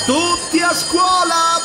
Tutti a scuola!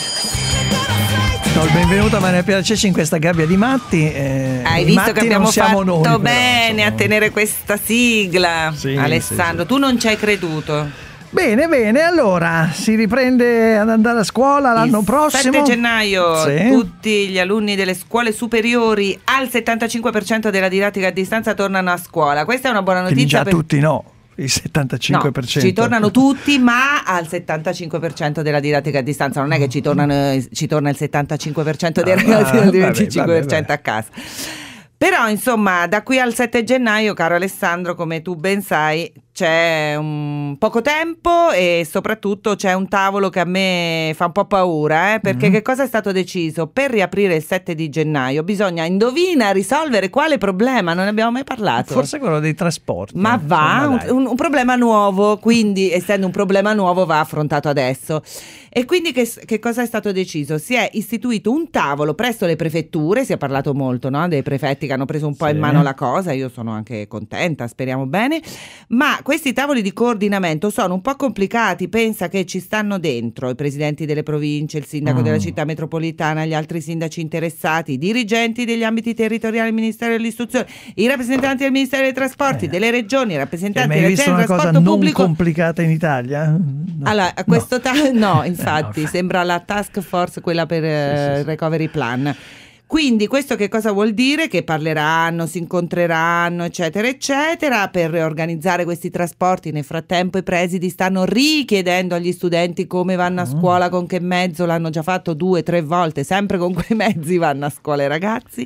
Do il benvenuto a Maria Pia Ceci in questa gabbia di matti. Hai visto matti che abbiamo fatto noi, però, bene a tenere questa sigla, sì, Alessandro, sì. Tu non ci hai creduto. Bene, allora si riprende ad andare a scuola l'anno prossimo. 7 gennaio Sì. tutti gli alunni delle scuole superiori al 75% della didattica a distanza tornano a scuola. Questa è una buona Quindi notizia. già tutti no, il 75%. No, ci tornano tutti, ma al 75% della didattica a distanza. Non è che ci torna il 75% dei ragazzi e il 25% a casa. Però insomma da qui al 7 gennaio, caro Alessandro, come tu ben sai, c'è un poco tempo e soprattutto c'è un tavolo che a me fa un po' paura, perché che cosa è stato deciso? Per riaprire il 7 di gennaio bisogna, indovina, risolvere quale problema? Non ne abbiamo mai parlato. Forse quello dei trasporti. Ma un problema nuovo, quindi essendo un problema nuovo va affrontato adesso. E quindi che cosa è stato deciso? Si è istituito un tavolo presso le prefetture, si è parlato molto, no? Dei prefetti che hanno preso un po' in mano la cosa, io sono anche contenta, speriamo bene, ma questi tavoli di coordinamento sono un po' complicati. Pensa che ci stanno dentro i presidenti delle province, il sindaco della città metropolitana, gli altri sindaci interessati, i dirigenti degli ambiti territoriali del Ministero dell'Istruzione, i rappresentanti del Ministero dei Trasporti, delle regioni, i rappresentanti delle aziende del trasporto pubblico. Non complicata in Italia? No. Allora, questo no, infatti, sembra la task force, quella per il recovery plan. Quindi questo che cosa vuol dire? Che parleranno, si incontreranno, eccetera, eccetera, per organizzare questi trasporti. Nel frattempo i presidi stanno richiedendo agli studenti come vanno a scuola, con che mezzo. L'hanno già fatto 2-3 volte, sempre con quei mezzi vanno a scuola i ragazzi.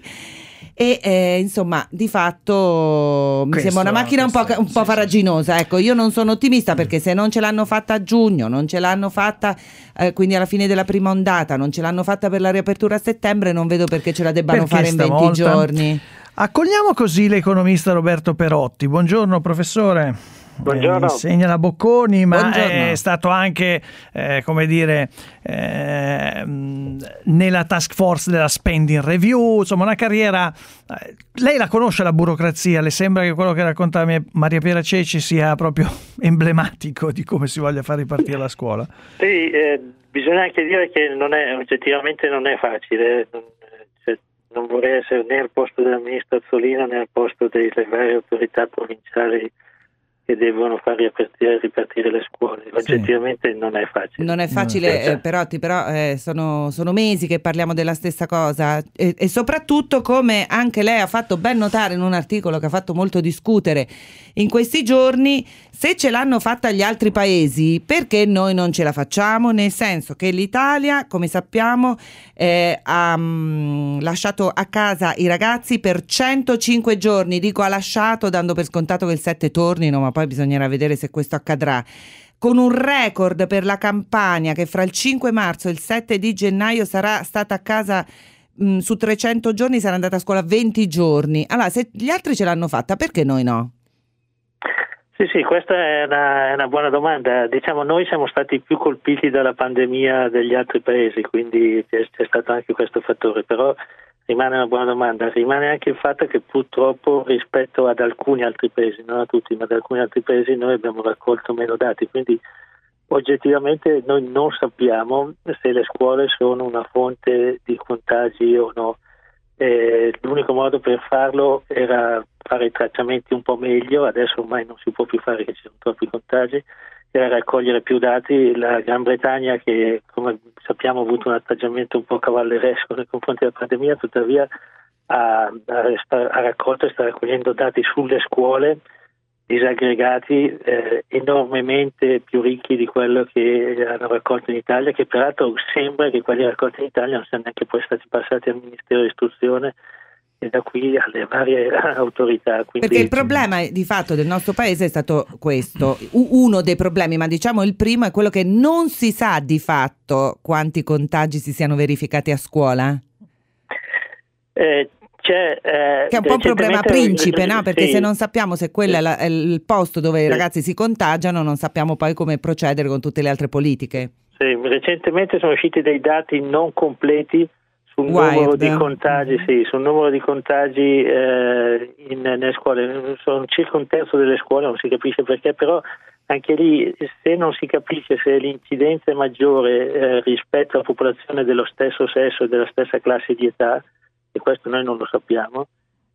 E insomma, di fatto mi sembra una macchina un po' farraginosa. Ecco, io non sono ottimista, perché se non ce l'hanno fatta a giugno, non ce l'hanno fatta quindi alla fine della prima ondata, non ce l'hanno fatta per la riapertura a settembre, non vedo perché ce la debbano fare in 20 giorni. Accogliamo così l'economista Roberto Perotti. Buongiorno professore. Buongiorno. Insegna la Bocconi, ma Buongiorno. è stato anche nella task force della spending review, insomma una carriera. Lei la conosce la burocrazia? Le sembra che quello che racconta Maria Pia Ceci sia proprio emblematico di come si voglia far ripartire la scuola? Sì, bisogna anche dire che oggettivamente non è facile. Non vorrei essere né al posto della ministra Azzolina né al posto delle varie autorità provinciali che devono far ripartire le scuole. Oggettivamente non è facile. Non è facile, Perotti, però sono mesi che parliamo della stessa cosa, e soprattutto, come anche lei ha fatto ben notare in un articolo che ha fatto molto discutere in questi giorni, se ce l'hanno fatta gli altri paesi, perché noi non ce la facciamo? Nel senso che l'Italia, come sappiamo, ha lasciato a casa i ragazzi per 105 giorni. Dico ha lasciato dando per scontato che il 7 tornino, ma poi bisognerà vedere se questo accadrà, con un record per la Campania, che fra il 5 marzo e il 7 di gennaio sarà stata a casa su 300 giorni, sarà andata a scuola 20 giorni. Allora, se gli altri ce l'hanno fatta, perché noi no? Sì, questa è una buona domanda. Diciamo, noi siamo stati più colpiti dalla pandemia degli altri paesi, quindi c'è stato anche questo fattore, però rimane una buona domanda. Rimane anche il fatto che purtroppo rispetto ad alcuni altri paesi, non a tutti, ma ad alcuni altri paesi, noi abbiamo raccolto meno dati, quindi oggettivamente noi non sappiamo se le scuole sono una fonte di contagi o no. L'unico modo per farlo era fare i tracciamenti un po' meglio, adesso ormai non si può più fare, che ci sono troppi contagi, era raccogliere più dati. La Gran Bretagna, che come sappiamo ha avuto un atteggiamento un po' cavalleresco nei confronti della pandemia, tuttavia ha raccolto e sta raccogliendo dati sulle scuole disaggregati enormemente più ricchi di quello che hanno raccolto in Italia, che peraltro sembra che quelli raccolti in Italia non siano neanche poi stati passati al Ministero dell'Istruzione e da qui alle varie autorità. Quindi, perché il problema di fatto del nostro paese è stato questo, uno dei problemi, ma diciamo il primo è quello che non si sa di fatto quanti contagi si siano verificati a scuola. Che è un po' un problema principe, no? Perché se non sappiamo se quello è il posto dove i ragazzi si contagiano, non sappiamo poi come procedere con tutte le altre politiche. Sì, recentemente sono usciti dei dati non completi sul numero di contagi, sul numero di contagi nelle scuole. Sono circa un terzo delle scuole, non si capisce perché, però anche lì se non si capisce se l'incidenza è maggiore rispetto alla popolazione dello stesso sesso e della stessa classe di età, e questo noi non lo sappiamo,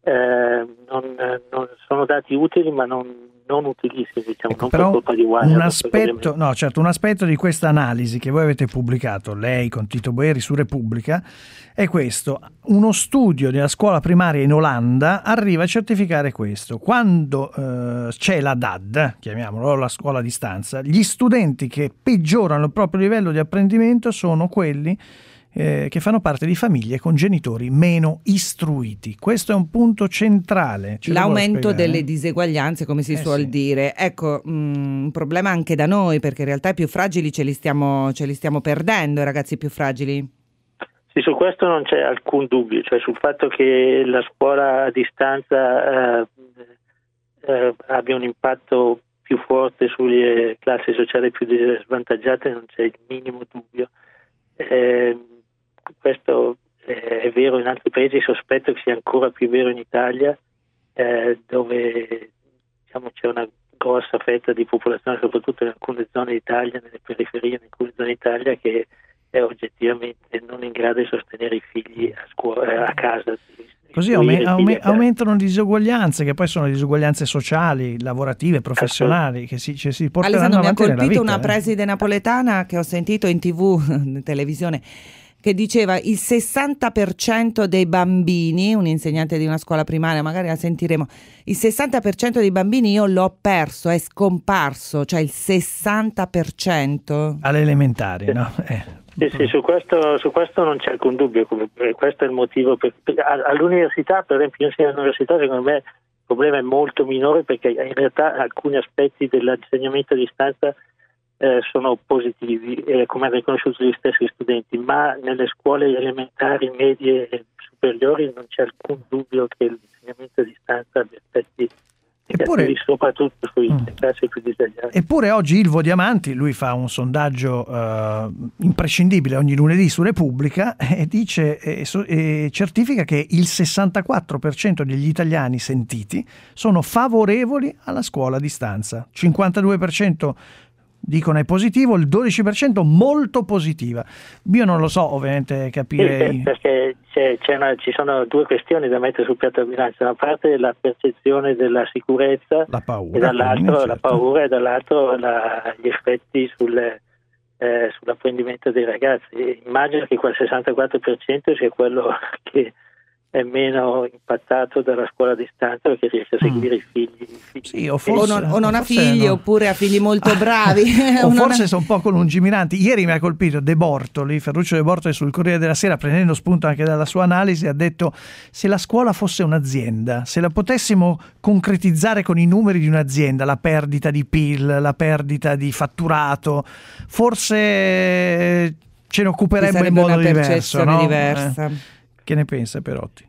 non sono dati utili ma non utilissimi, diciamo, ecco, non però per colpa di Wagner. Un aspetto di questa analisi che voi avete pubblicato, lei con Tito Boeri su Repubblica, è questo: uno studio della scuola primaria in Olanda arriva a certificare questo. Quando c'è la DAD, chiamiamolo la scuola a distanza, gli studenti che peggiorano il proprio livello di apprendimento sono quelli che fanno parte di famiglie con genitori meno istruiti. Questo è un punto centrale. L'aumento delle diseguaglianze, come si suol dire. Ecco, un problema anche da noi, perché in realtà i più fragili ce li stiamo perdendo, i ragazzi più fragili. Sì, su questo non c'è alcun dubbio, cioè sul fatto che la scuola a distanza abbia un impatto più forte sulle classi sociali più svantaggiate non c'è il minimo dubbio. Questo è vero in altri paesi, sospetto che sia ancora più vero in Italia, dove diciamo c'è una grossa fetta di popolazione, soprattutto in alcune zone d'Italia, nelle periferie, in alcune zone d'Italia, che è oggettivamente non in grado di sostenere i figli a casa. Così aumentano le diseguaglianze, che poi sono disuguaglianze sociali, lavorative, professionali, che si porteranno Alessandro, avanti nella vita. mi ha colpito una preside napoletana che ho sentito in TV, in televisione, che diceva il 60% dei bambini, un insegnante di una scuola primaria, magari la sentiremo, il 60% dei bambini io l'ho perso, è scomparso, cioè il 60%. Alle elementari, no? Sì, su questo non c'è alcun dubbio, questo è il motivo. All'università, per esempio, io sono all'università, secondo me il problema è molto minore, perché in realtà alcuni aspetti dell'insegnamento a distanza sono positivi, come hanno riconosciuto gli stessi studenti, ma nelle scuole elementari, medie e superiori non c'è alcun dubbio che l'insegnamento a distanza abbia effetti negativi, soprattutto sui classi più disagiate. Eppure oggi Ilvo Diamanti, lui fa un sondaggio imprescindibile ogni lunedì su Repubblica e dice e certifica che il 64% degli italiani sentiti sono favorevoli alla scuola a distanza, 52% dicono è positivo, il 12% molto positiva. Io non lo so, ovviamente capire. Sì, perché ci sono due questioni da mettere sul piatto di bilancio: da una parte la percezione della sicurezza, la paura, e dall'altro certo. la paura, e dall'altro gli effetti sull'apprendimento dei ragazzi. Immagino che quel 64% sia quello che è meno impattato dalla scuola a distanza, perché riesce a seguire i figli. Sì, o non ha figli, no. Oppure ha figli molto bravi. O forse sono poco lungimiranti. Ieri mi ha colpito De Bortoli, Ferruccio De Bortoli, sul Corriere della Sera, prendendo spunto anche dalla sua analisi, ha detto: se la scuola fosse un'azienda, se la potessimo concretizzare con i numeri di un'azienda, la perdita di PIL, la perdita di fatturato, forse ce ne occuperemmo in modo diverso, no? diversa. Che ne pensa Perotti?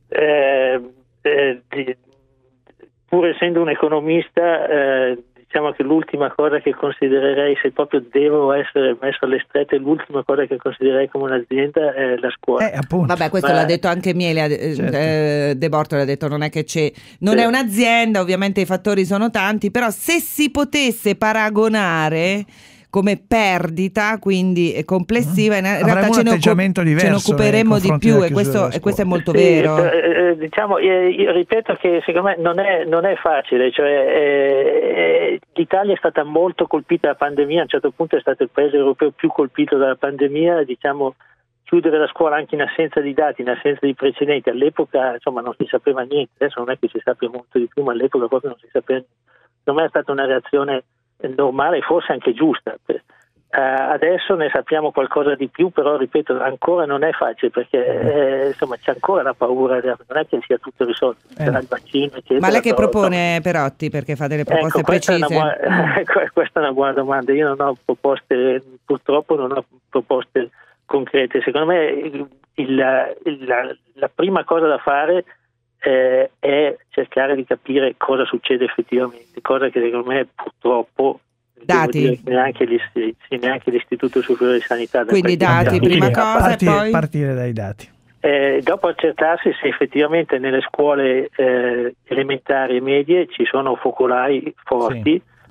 Pur essendo un economista, diciamo che l'ultima cosa che considererei, se proprio devo essere messo alle strette, l'ultima cosa che considererei come un'azienda è la scuola. Vabbè, questo l'ha detto anche Mielia, certo. De Bortoli ha detto non è è un'azienda, ovviamente i fattori sono tanti, però se si potesse paragonare come perdita, quindi complessiva, in realtà ce ne occuperemo di più, e questo è molto vero. Diciamo, io ripeto che secondo me non è facile, cioè l'Italia è stata molto colpita dalla pandemia, a un certo punto è stato il paese europeo più colpito dalla pandemia, diciamo. Chiudere la scuola anche in assenza di dati, in assenza di precedenti, all'epoca insomma non si sapeva niente, adesso non è che si sappia molto di più, ma all'epoca proprio non si sapeva niente. Secondo me è stata una reazione normale, forse anche giusta. Adesso ne sappiamo qualcosa di più, però ripeto, ancora non è facile, perché insomma c'è ancora la paura, non è che sia tutto risolto, sarà il vaccino, eccetera. Ma lei che propone, Perotti, perché fa delle proposte precise? Questa è una buona domanda. Io non ho proposte, purtroppo non ho proposte concrete. Secondo me la prima cosa da fare è cercare di capire cosa succede effettivamente, cosa che secondo me purtroppo dati neanche l'Istituto Superiore di Sanità. Quindi dati, prima cosa, partire dai dati. Dopo accertarsi se effettivamente nelle scuole elementari e medie ci sono focolai forti,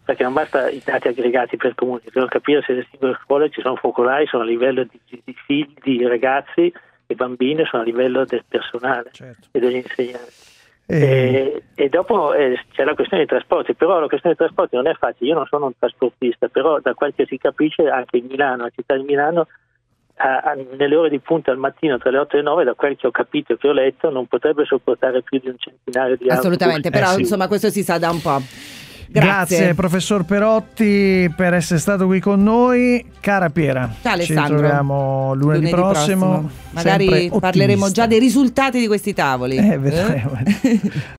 perché non basta i dati aggregati per comuni, bisogna capire se nelle singole scuole ci sono focolai, sono a livello di figli, di ragazzi e bambini, sono a livello del personale e degli insegnanti. E dopo c'è la questione dei trasporti, però la questione dei trasporti non è facile. Io non sono un trasportista, però da quel che si capisce anche in Milano, la città di Milano, nelle ore di punta al mattino tra le 8 e le 9, da quel che ho capito e che ho letto, non potrebbe sopportare più di un centinaio di autobus. Assolutamente, però insomma questo si sa da un po'. Grazie professor Perotti per essere stato qui con noi. Cara Piera, ciao Alessandro, ci troviamo lunedì prossimo. Magari parleremo già dei risultati di questi tavoli. Vedremo.